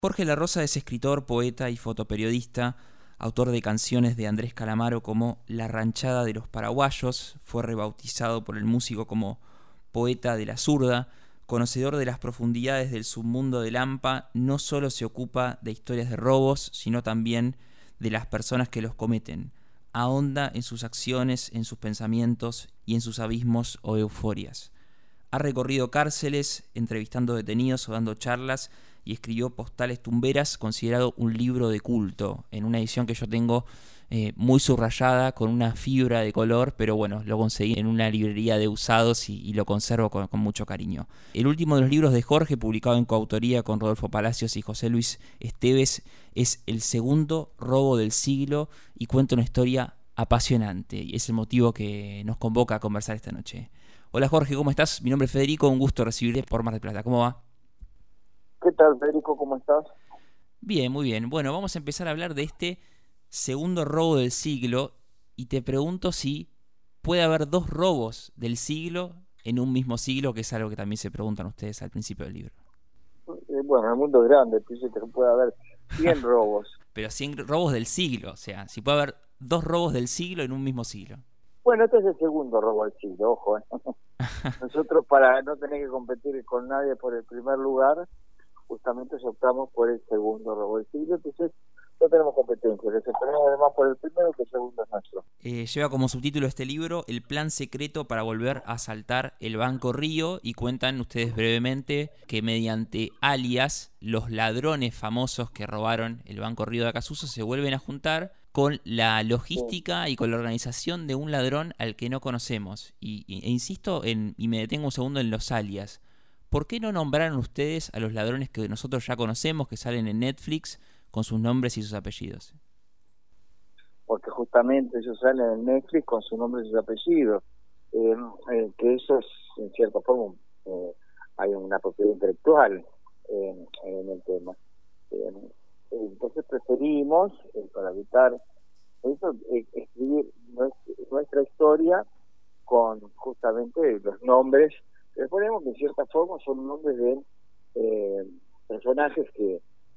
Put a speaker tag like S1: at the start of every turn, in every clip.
S1: Jorge La Rosa es escritor, poeta y fotoperiodista, autor de canciones de Andrés Calamaro como La Ranchada de los Paraguayos. Fue rebautizado por el músico como poeta de la zurda. Conocedor de las profundidades del submundo del Lampa, no solo se ocupa de historias de robos, sino también de las personas que los cometen. Ahonda en sus acciones, en sus pensamientos y en sus abismos o euforias. Ha recorrido cárceles, entrevistando detenidos o dando charlas, y escribió Postales Tumberas, considerado un libro de culto, en una edición que yo tengo muy subrayada, con una fibra de color, pero bueno, lo conseguí en una librería de usados y lo conservo con mucho cariño. El último de los libros de Jorge, publicado en coautoría con Rodolfo Palacios y José Luis Esteves, es El segundo robo del siglo y cuenta una historia apasionante, y es el motivo que nos convoca a conversar esta noche. Hola Jorge, ¿cómo estás? Mi nombre es Federico, un gusto recibirte por Mar del Plata. ¿Cómo va?
S2: ¿Qué tal, Federico? ¿Cómo estás?
S1: Bien, muy bien. Bueno, vamos a empezar a hablar de este segundo robo del siglo y te pregunto si puede haber dos robos del siglo en un mismo siglo, que es algo que también se preguntan ustedes al principio del libro.
S2: Bueno, el mundo es grande, dice que puede haber 100 robos.
S1: Pero 100 robos del siglo, o sea, si puede haber dos robos del siglo en un mismo siglo.
S2: Bueno, este es el segundo robo del siglo, ojo. Nosotros, para no tener que competir con nadie por el primer lugar, justamente optamos por el segundo robo del siglo, entonces no tenemos competencia, desempeñamos además por el primero, que el segundo es nuestro.
S1: Lleva como subtítulo este libro El plan secreto para volver a asaltar el Banco Río, y cuentan ustedes brevemente que mediante alias los ladrones famosos que robaron el Banco Río de Acasuso se vuelven a juntar con la
S2: Sí.
S1: logística y con la organización de un ladrón al que no conocemos. E insisto y me detengo un segundo en los alias. ¿Por qué no nombraron ustedes a los ladrones que nosotros ya conocemos, que salen en Netflix, con sus nombres y sus apellidos?
S2: Porque justamente ellos salen en Netflix con su nombre y sus apellidos, eh, que eso es, en cierta forma, hay una propiedad intelectual en el tema. Eh, entonces preferimos, para evitar eso, escribir nuestra historia con justamente los nombres que ponemos, que en cierta forma son nombres de eh, personajes que,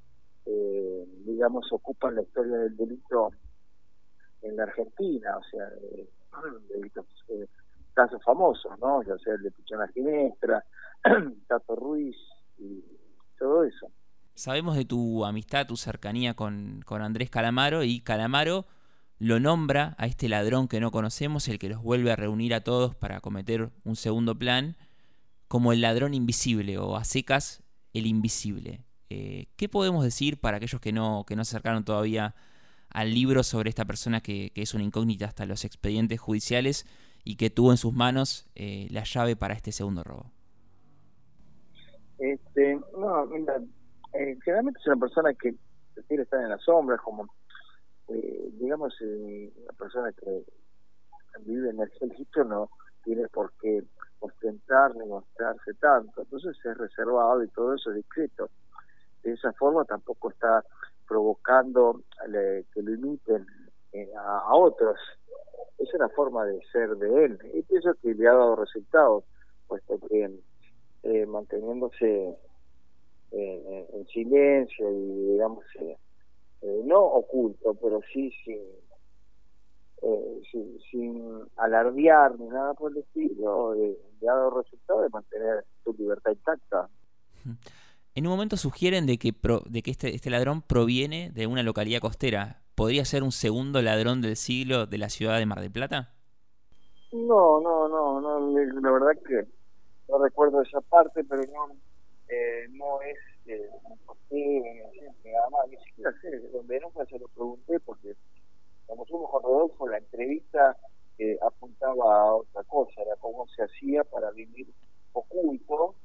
S2: digamos, ocupan la historia del delito en la Argentina, o sea, delitos, casos famosos, ¿no? Ya sea el de Pichona Ginestra, Tato Ruiz y todo eso.
S1: Sabemos de tu amistad, tu cercanía con Andrés Calamaro, y Calamaro lo nombra a este ladrón que no conocemos, el que los vuelve a reunir a todos para cometer un segundo plan, como el ladrón invisible, o a secas, el invisible. ¿Qué podemos decir para aquellos que no se acercaron todavía al libro sobre esta persona que es una incógnita hasta los expedientes judiciales y que tuvo en sus manos la llave para este segundo robo?
S2: No, mira, generalmente es una persona que prefiere estar en las sombras, como, digamos, una persona que vive en el delito no tiene por qué ostentar ni mostrarse tanto, entonces es reservado y todo eso es discreto. De esa forma tampoco está provocando que lo imiten a otros. Es una forma de ser de él, y pienso que le ha dado resultados, puesto que manteniéndose en silencio y, digamos, no oculto, pero sí sin alardear ni nada por el estilo, le ha dado resultado de mantener su libertad intacta.
S1: En un momento sugieren de que este ladrón proviene de una localidad costera. ¿Podría ser un segundo ladrón del siglo de la ciudad de Mar del Plata?
S2: No, la verdad que no recuerdo esa parte, pero no es posible, nada más, ni siquiera sé, donde nunca se lo pregunté, porque cuando fuimos con Rodolfo, la entrevista apuntaba a otra cosa, era cómo se hacía para vivir oculto,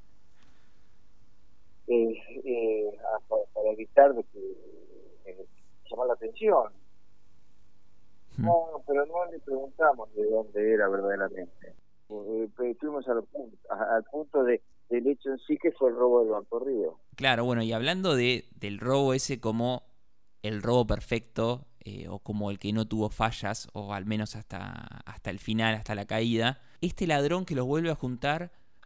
S2: para evitar de que llamar la atención.
S1: Hmm.
S2: No, pero no le preguntamos de dónde era verdaderamente. Estuvimos al punto del hecho en sí, que fue el robo del Banco Río.
S1: Claro, bueno, y hablando del robo ese como el robo perfecto, o como el que no tuvo fallas, o al menos hasta el final, hasta la caída, este ladrón que los vuelve a juntar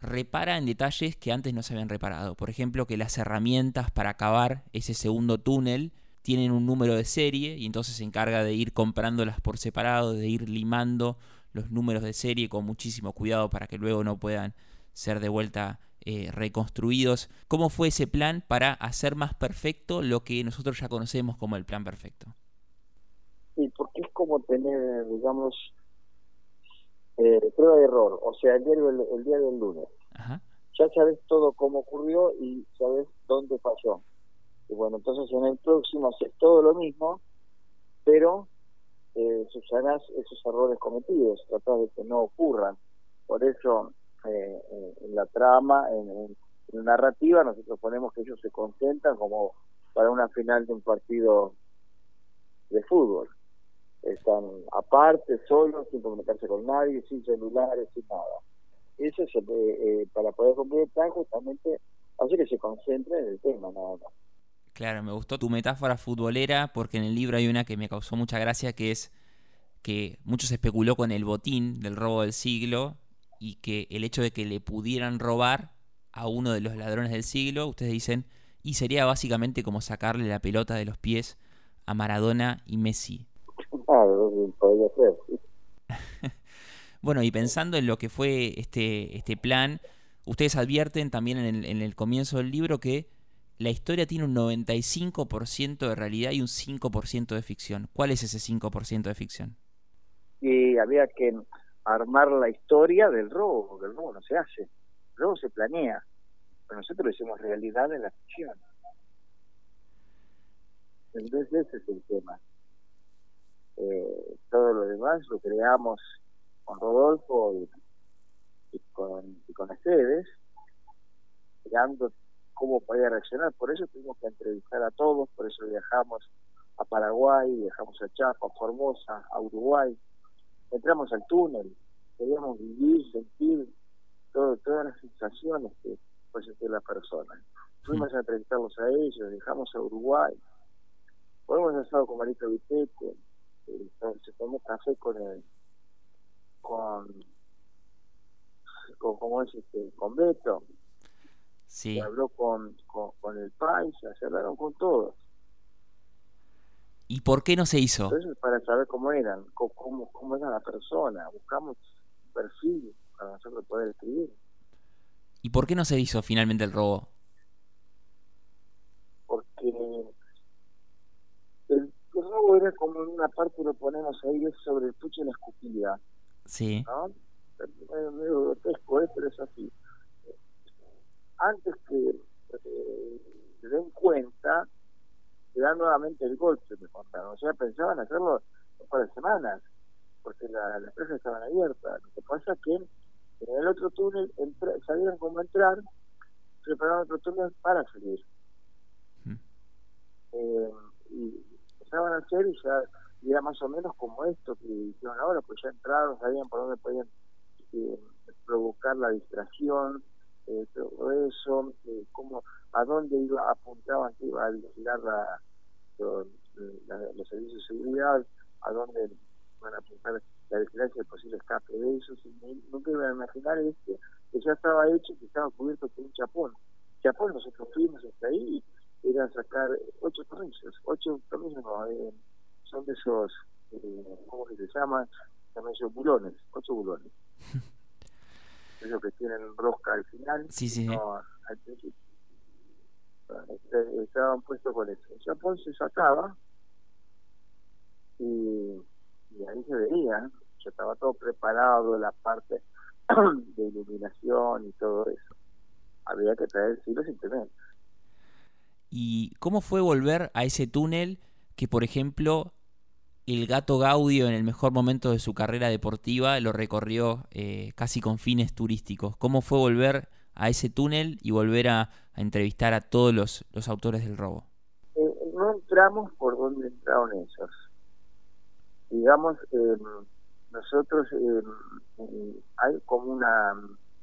S1: repara en detalles que antes no se habían reparado. Por ejemplo, que las herramientas para cavar ese segundo túnel tienen un número de serie y entonces se encarga de ir comprándolas por separado, de ir limando los números de serie con muchísimo cuidado para que luego no puedan ser de vuelta reconstruidos. ¿Cómo fue ese plan para hacer más perfecto lo que nosotros ya conocemos como el plan perfecto?
S2: Sí, porque es como tener, digamos, prueba de error, o sea, el día del lunes.
S1: Ajá.
S2: Ya sabes todo cómo ocurrió y sabes dónde falló. Y bueno, entonces en el próximo haces todo lo mismo, pero subsanás esos errores cometidos, tratás de que no ocurran. Por eso, en la trama, en la narrativa, nosotros ponemos que ellos se concentran como para una final de un partido de fútbol. Están aparte, solos, sin comunicarse con nadie, sin celulares, sin nada. Eso es para poder cumplir el plan, justamente hace que se concentren en el tema, nada más.
S1: Claro, me gustó tu metáfora futbolera porque en el libro hay una que me causó mucha gracia, que es que mucho se especuló con el botín del robo del siglo y que el hecho de que le pudieran robar a uno de los ladrones del siglo, ustedes dicen, y sería básicamente como sacarle la pelota de los pies a Maradona y Messi.
S2: Podría ser, sí.
S1: Bueno, y pensando en lo que fue este plan, ustedes advierten también en el comienzo del libro que la historia tiene un 95% de realidad y un 5% de ficción. ¿Cuál es ese 5% de ficción?
S2: Y había que armar la historia del robo, porque el robo no se hace, el robo se planea, pero nosotros lo hicimos realidad en la ficción. Entonces ese es el tema. Todo lo demás lo creamos con Rodolfo y con Esteves, mirando cómo podía reaccionar. Por eso tuvimos que entrevistar a todos, por eso viajamos a Paraguay, viajamos a Chaco, a Formosa, a Uruguay. Entramos al túnel, queríamos vivir, sentir todas las sensaciones que puede sentir la persona. Fuimos a entrevistarlos a ellos, dejamos a Uruguay. Fuimos a asado con Marito Vitete, se tomó café con ¿cómo es con Beto,
S1: Sí.
S2: se habló con el Paisa, se hablaron con todos.
S1: ¿Y por qué no se hizo?
S2: Entonces, para saber cómo eran, cómo era la persona, buscamos un perfil para nosotros poder escribir.
S1: ¿Y por qué no se hizo finalmente el robo?
S2: Porque el robo era como en una parte lo ponemos ahí, es sobre el pucho y la escupida,
S1: Sí.
S2: ¿no? Es medio grotesco, pero es así. Antes que se den cuenta, se da nuevamente el golpe, me contaron. O sea, pensaban hacerlo un par de semanas, porque las presas estaban abiertas. Lo que pasa es que en el otro túnel sabían cómo entrar, prepararon otro túnel para salir. Y empezaban a hacer y era más o menos como esto que hicieron ahora, pues ya entraron, sabían por dónde podían provocar la distracción, todo eso, a dónde apuntaban que iba a vigilar los servicios de seguridad, a dónde van a apuntar la vigilancia del posible escape de ellos. Y nunca iban a imaginar que ya estaba hecho, que estaba cubierto por un chapón. Nosotros fuimos hasta ahí y era sacar 8 tornillos. 8 tornillos son de esos, ¿cómo que se llaman? También son bulones, 8 bulones. Esos que tienen rosca al final,
S1: Sí.
S2: no al principio. Estaban puestos con eso. El chapón se sacaba y ahí se veía, ya estaba todo preparado, la parte de iluminación y todo eso. Había que traer hilos sin tener.
S1: ¿Y cómo fue volver a ese túnel que, por ejemplo, el Gato Gaudio en el mejor momento de su carrera deportiva lo recorrió casi con fines turísticos? ¿Cómo fue volver a ese túnel y volver a entrevistar a todos los autores del robo?
S2: No entramos por donde entraron ellos. Digamos, nosotros hay como una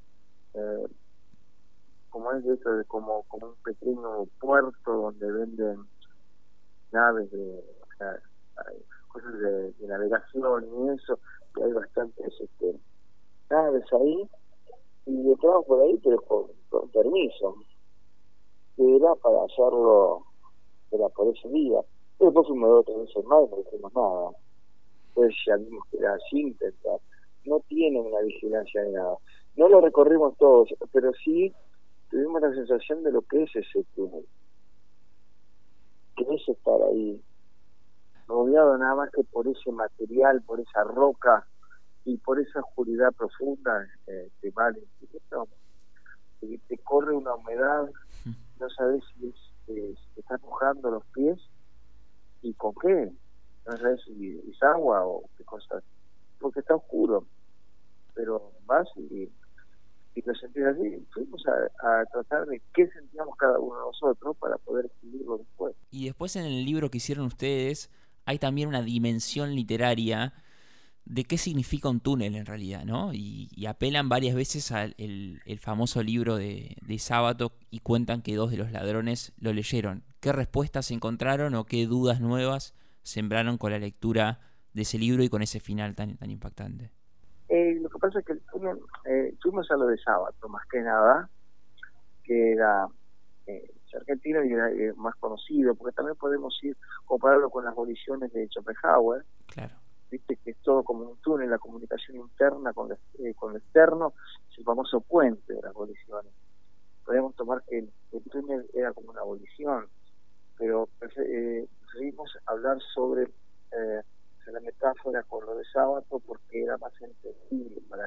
S2: como es eso de como un pequeño puerto donde venden naves cosas de navegación y eso, y hay bastantes naves ahí, y entramos por ahí, pero con permiso, que era para hacerlo, era por ese día. Y después fuimos 2 o 3 veces más y no dijimos nada. Pues ya vimos que era así, intentar. No tienen una vigilancia de nada. No lo recorrimos todos, pero sí tuvimos la sensación de lo que es ese túnel, que es estar ahí, rodeado nada más que por ese material, por esa roca y por esa oscuridad profunda que va al infinito, que te corre una humedad, no sabes si te está mojando los pies y con qué, no sabes si es agua o qué cosa, porque está oscuro, pero vas y lo sentís así. Fuimos a tratar de qué sentíamos cada uno de nosotros para poder escribirlo después.
S1: Y después en el libro que hicieron ustedes hay también una dimensión literaria de qué significa un túnel en realidad, ¿no? Y apelan varias veces al el famoso libro de Sábato y cuentan que 2 de los ladrones lo leyeron. ¿Qué respuestas encontraron o qué dudas nuevas sembraron con la lectura de ese libro y con ese final tan impactante?
S2: Lo que pasa es que el túnel, fuimos a lo de Sábato, más que nada, que era argentino y era más conocido, porque también podemos compararlo con las aboliciones de Schopenhauer.
S1: Claro.
S2: Viste que es todo como un túnel, la comunicación interna con lo externo, es el famoso puente de las aboliciones. Podemos tomar que el túnel era como una abolición, pero preferimos hablar sobre la metáfora con lo de Sábato porque era más entendible para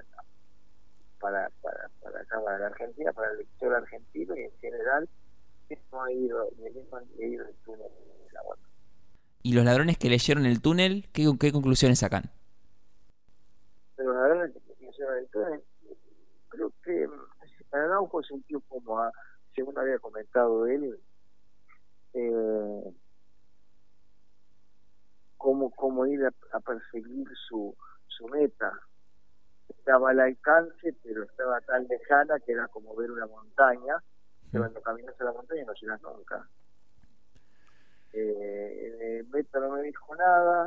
S2: la Argentina, para el lector argentino y en general que no ha ido, ni mismo han leído el túnel de Sábato.
S1: ¿Y los ladrones que leyeron el túnel, qué conclusiones sacan?
S2: Pero la verdad es que el túnel, creo que para Araujo es un tío como, según había comentado él, cómo ir a perseguir su meta. Estaba al alcance, pero estaba tan lejana que era como ver una montaña, que cuando caminas a la montaña no llegas nunca. Beto no me dijo nada.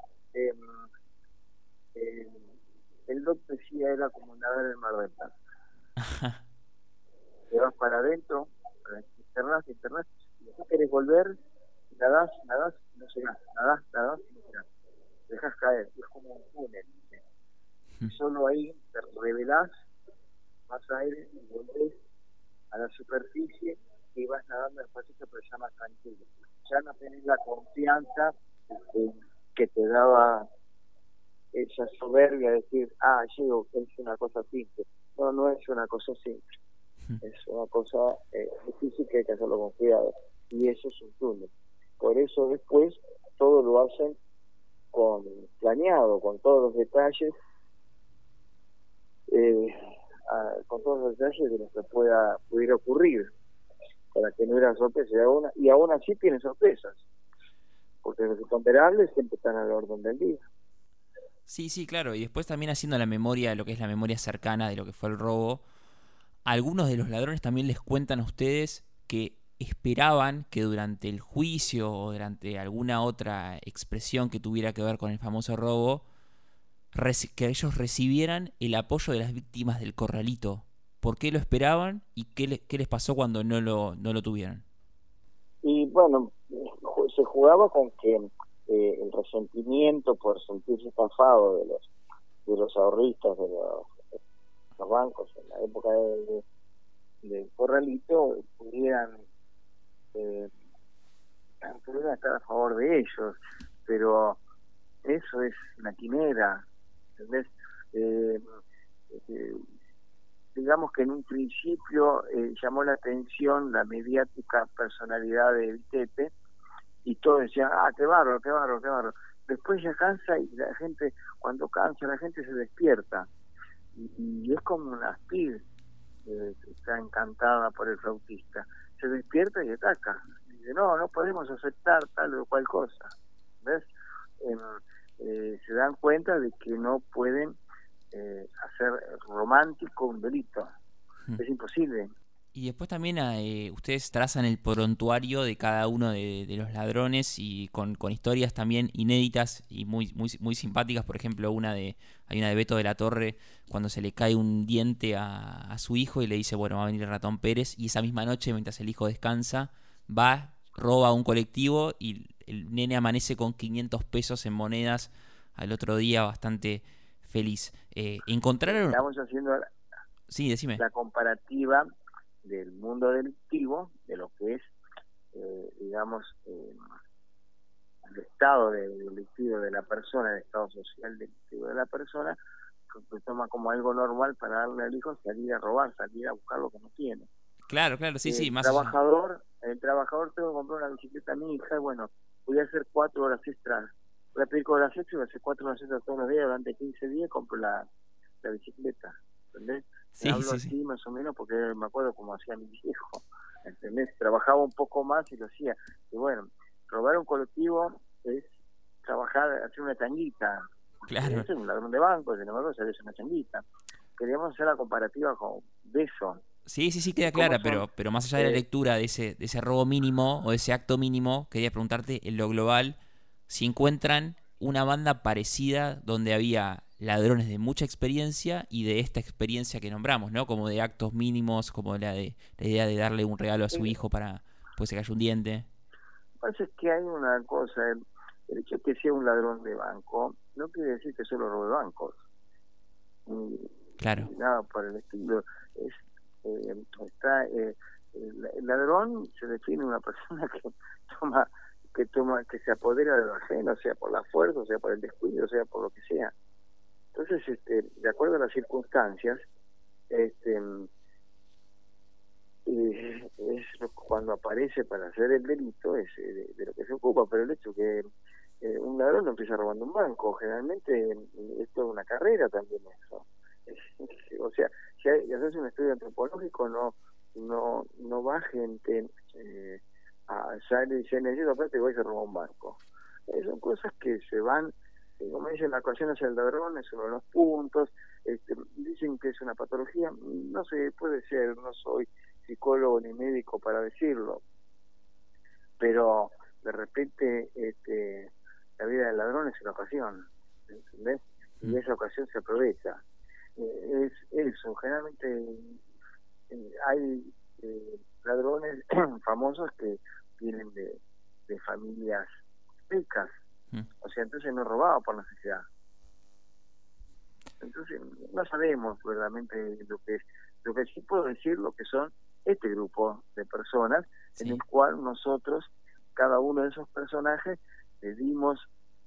S2: El doc decía era como nadar en el Mar del Plata. Te vas para adentro, internás, y después querés volver, nadás, y no llegás, nadás, y no llegás. Te dejás caer, es como un túnel. Y solo ahí te revelás, más aire y volvés a la superficie y vas nadando despacito, pero ya más tranquilo. Ya no tenés la confianza que te daba esa soberbia de decir, llego, es una cosa simple. No, no es una cosa simple. Es una cosa difícil que hay que hacerlo con cuidado. Y eso es un túnel. Por eso después todo lo hacen planeado, con todos los detalles, con todos los detalles de lo que pudiera ocurrir, para que no hubiera sorpresa. Y aún así tienen sorpresas, porque los imponderables siempre están al orden del día.
S1: Sí, claro. Y después también haciendo la memoria, lo que es la memoria cercana de lo que fue el robo, algunos de los ladrones también les cuentan a ustedes que esperaban que durante el juicio o durante alguna otra expresión que tuviera que ver con el famoso robo, que ellos recibieran el apoyo de las víctimas del corralito. ¿Por qué lo esperaban y qué les pasó cuando no lo tuvieron?
S2: Y bueno, se jugaba con que el resentimiento por sentirse estafado de los ahorristas, de los bancos en la época del corralito pudieran estar a favor de ellos, pero eso es una quimera, ¿entendés? Digamos que en un principio llamó la atención la mediática personalidad de Vitete y todos decían, qué bárbaro. Después ya cansa y la gente, cuando cansa, la gente se despierta y es como una aspir que está encantada por el flautista. Se despierta y ataca. Dice, no podemos aceptar tal o cual cosa. ¿Ves? Se dan cuenta de que no pueden hacer romántico un delito. Es imposible.
S1: Y después también ustedes trazan el prontuario de cada uno de los ladrones y con historias también inéditas y muy simpáticas. Por ejemplo, hay una de Beto de la Torre cuando se le cae un diente a su hijo y le dice, bueno, va a venir el Ratón Pérez. Y esa misma noche, mientras el hijo descansa, va, roba un colectivo y el nene amanece con 500 pesos en monedas al otro día, bastante feliz. ¿Encontraron...?
S2: Estamos haciendo
S1: Sí, decime.
S2: la comparativa del mundo delictivo, de lo que es, digamos, el estado delictivo de la persona, el estado social delictivo de la persona, que toma como algo normal para darle al hijo salir a robar, salir a buscar lo que no tiene.
S1: Claro, sí,
S2: El
S1: más
S2: trabajador tengo que comprar una bicicleta a mi hija, y bueno, voy a hacer 4 horas extras, voy a pedir 4 horas extras y voy a hacer 4 horas extras todos los días, durante 15 días compro la bicicleta, ¿entendés?
S1: Sí,
S2: Hablo así más o menos porque me acuerdo como hacía mi viejo, ¿entendés? Trabajaba un poco más y lo hacía. Y bueno, robar un colectivo es trabajar, hacer una changuita.
S1: Claro.
S2: Es un ladrón de banco, sin embargo, es una changuita. Queríamos hacer la comparativa de eso.
S1: Sí, queda clara, pero más allá de la lectura de ese robo mínimo o de ese acto mínimo, quería preguntarte en lo global si encuentran una banda parecida donde había ladrones de mucha experiencia y de esta experiencia que nombramos, ¿no? Como de actos mínimos, como la idea de darle un regalo a su hijo para pues se cayó un diente.
S2: Lo que pasa es que hay una cosa, el hecho de que sea un ladrón de banco no quiere decir que solo robe bancos.
S1: Claro.
S2: Nada por el estilo. El ladrón se define una persona que se apodera de lo ajeno, sea por la fuerza, sea por el descuido, sea por lo que sea. Entonces, de acuerdo a las circunstancias, es cuando aparece para hacer el delito es de lo que se ocupa, pero el hecho que un ladrón no empieza robando un banco, generalmente esto es una carrera también eso. O sea, si haces un estudio antropológico, no va gente a salir y dice, necesito plata y voy a robar un banco. Son cosas que se van, como dicen, la ecuación hacia el ladrón es uno de los puntos. Dicen que es una patología, no sé, puede ser, no soy psicólogo ni médico para decirlo, pero de repente la vida del ladrón es una ocasión, ¿entendés? Y esa ocasión se aprovecha. Es eso, generalmente hay ladrones famosos que vienen de familias ricas, o sea, entonces no robaba por necesidad. Entonces no sabemos verdaderamente lo que es. Lo que sí puedo decir lo que son este grupo de personas, en el cual nosotros, cada uno de esos personajes, le dimos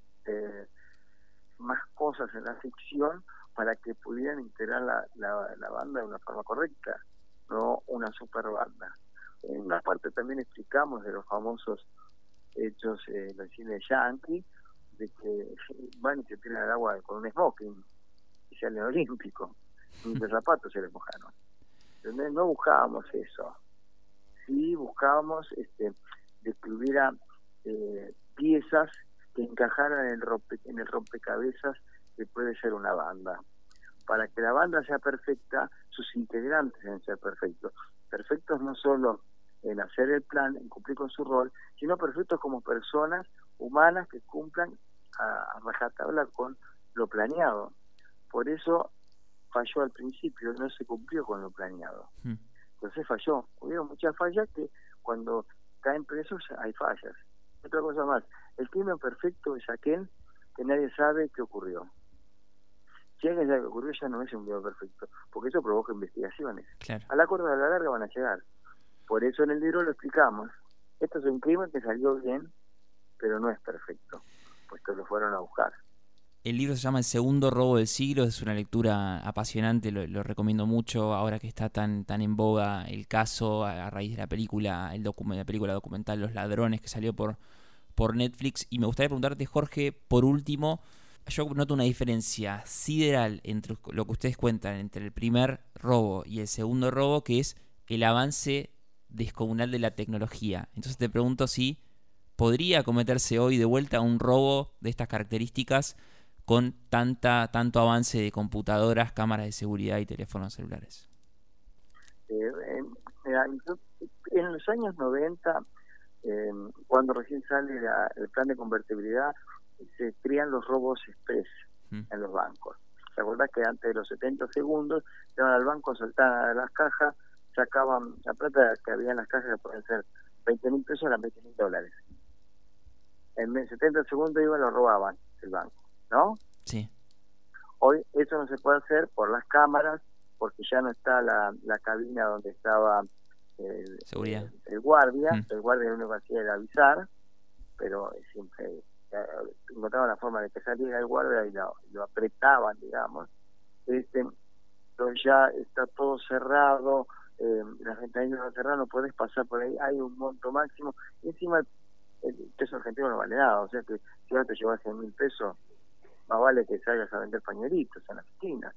S2: más cosas en la ficción para que pudieran integrar la banda de una forma correcta, no una super banda. En una parte también explicamos de los famosos hechos en el cine yankee, de que van y se tiran al agua con un smoking y salen olímpicos, ni de zapatos se les mojaron. Entonces no buscábamos eso, sí buscábamos de que hubiera piezas que encajaran en el rompecabezas que puede ser una banda. Para que la banda sea perfecta, sus integrantes deben ser perfectos. Perfectos no solo en hacer el plan, en cumplir con su rol, sino perfectos como personas humanas que cumplan a rajatabla con lo planeado. Por eso falló al principio, no se cumplió con lo planeado. Entonces falló. Hubieron muchas fallas que cuando caen presos hay fallas. Otra cosa más, el crimen perfecto es aquel que nadie sabe qué ocurrió. Si alguien sabe qué ocurrió, ya no es un crimen perfecto, porque eso provoca investigaciones.
S1: Claro.
S2: A la corta de la larga van a llegar. Por eso en el libro lo explicamos. Esto es un crimen que salió bien, pero no es perfecto, pues que lo fueron a buscar.
S1: El libro se llama El segundo robo del siglo, es una lectura apasionante, lo recomiendo mucho ahora que está tan en boga el caso a raíz de la película, la película documental Los Ladrones que salió por Netflix. Y me gustaría preguntarte, Jorge, por último, yo noto una diferencia sideral entre lo que ustedes cuentan entre el primer robo y el segundo robo, que es el avance descomunal de la tecnología. Entonces te pregunto si podría cometerse hoy de vuelta un robo de estas características con tanto avance de computadoras, cámaras de seguridad y teléfonos celulares.
S2: En Mira, en los años 90, cuando recién sale el plan de convertibilidad, se crían los robos express en los bancos. ¿Te acordás que antes de los 70 segundos iban al banco, soltaban las cajas, sacaban la plata que había en las cajas, que pueden ser 20.000 pesos, eran 20.000 dólares? En 70 segundos iban, lo robaban el banco, ¿no?
S1: Sí.
S2: Hoy eso no se puede hacer por las cámaras, porque ya no está la cabina donde estaba
S1: Seguridad.
S2: el guardia. El guardia lo único que hacía era avisar, pero siempre encontraban la forma de que saliera el guardia y lo apretaban, digamos. Entonces ya está todo cerrado, las ventanillas están cerradas, no podés pasar por ahí, hay un monto máximo, y encima el peso argentino no vale nada, o sea que si vas a llevar 100.000 pesos, más vale que salgas a vender pañuelitos en la esquina.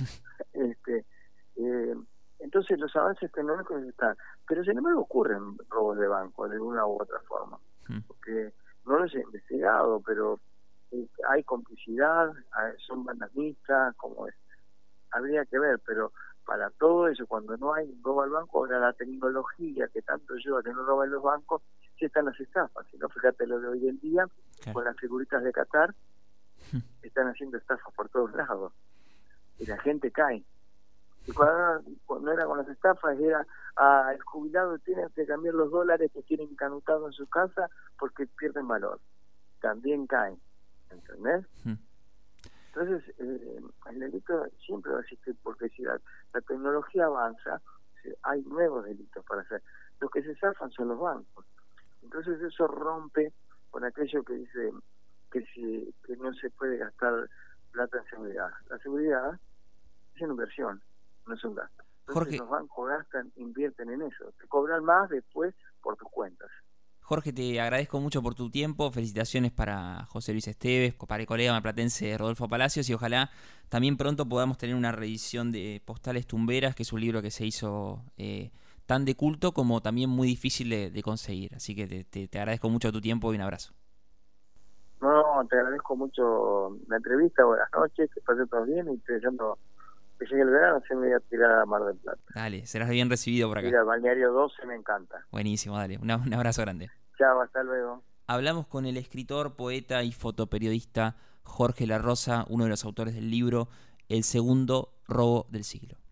S2: Entonces los avances tecnológicos están, pero sin embargo ocurren robos de banco de una u otra forma, porque no los he investigado, pero hay complicidad, son bandas mixtas, como es, habría que ver, pero para todo eso, cuando no hay robo al banco, ahora la tecnología que tanto ayuda a que no roben los bancos, sí están las estafas. Si no, fíjate lo de hoy en día, con las figuritas de Qatar, están haciendo estafas por todos lados, y la gente cae. Y cuando era con las estafas, era el jubilado tiene que cambiar los dólares que tienen canutados en su casa porque pierden valor. También caen, ¿entendés? Entonces, el delito siempre va a existir, porque si la tecnología avanza, hay nuevos delitos para hacer. Los que se zafan son los bancos. Entonces eso rompe con aquello que dice que no se puede gastar plata en seguridad. La seguridad es una inversión, no es un gasto. Entonces
S1: Jorge,
S2: los bancos invierten en eso. Te cobran más después por tus cuentas.
S1: Jorge, te agradezco mucho por tu tiempo. Felicitaciones para José Luis Esteves, para el colega marplatense Rodolfo Palacios, y ojalá también pronto podamos tener una reedición de Postales Tumberas, que es un libro que se hizo tan de culto como también muy difícil de conseguir. Así que te agradezco mucho tu tiempo y un abrazo.
S2: No, te agradezco mucho la entrevista. Buenas noches, que pase todo bien, y estoy deseando que llegue el verano, se me voy a tirar a Mar del Plata.
S1: Dale, serás bien recibido por acá.
S2: Mira, el Balneario 12 me encanta.
S1: Buenísimo, dale. Un abrazo grande.
S2: Chao, hasta luego.
S1: Hablamos con el escritor, poeta y fotoperiodista Jorge La Rosa, uno de los autores del libro El segundo robo del siglo.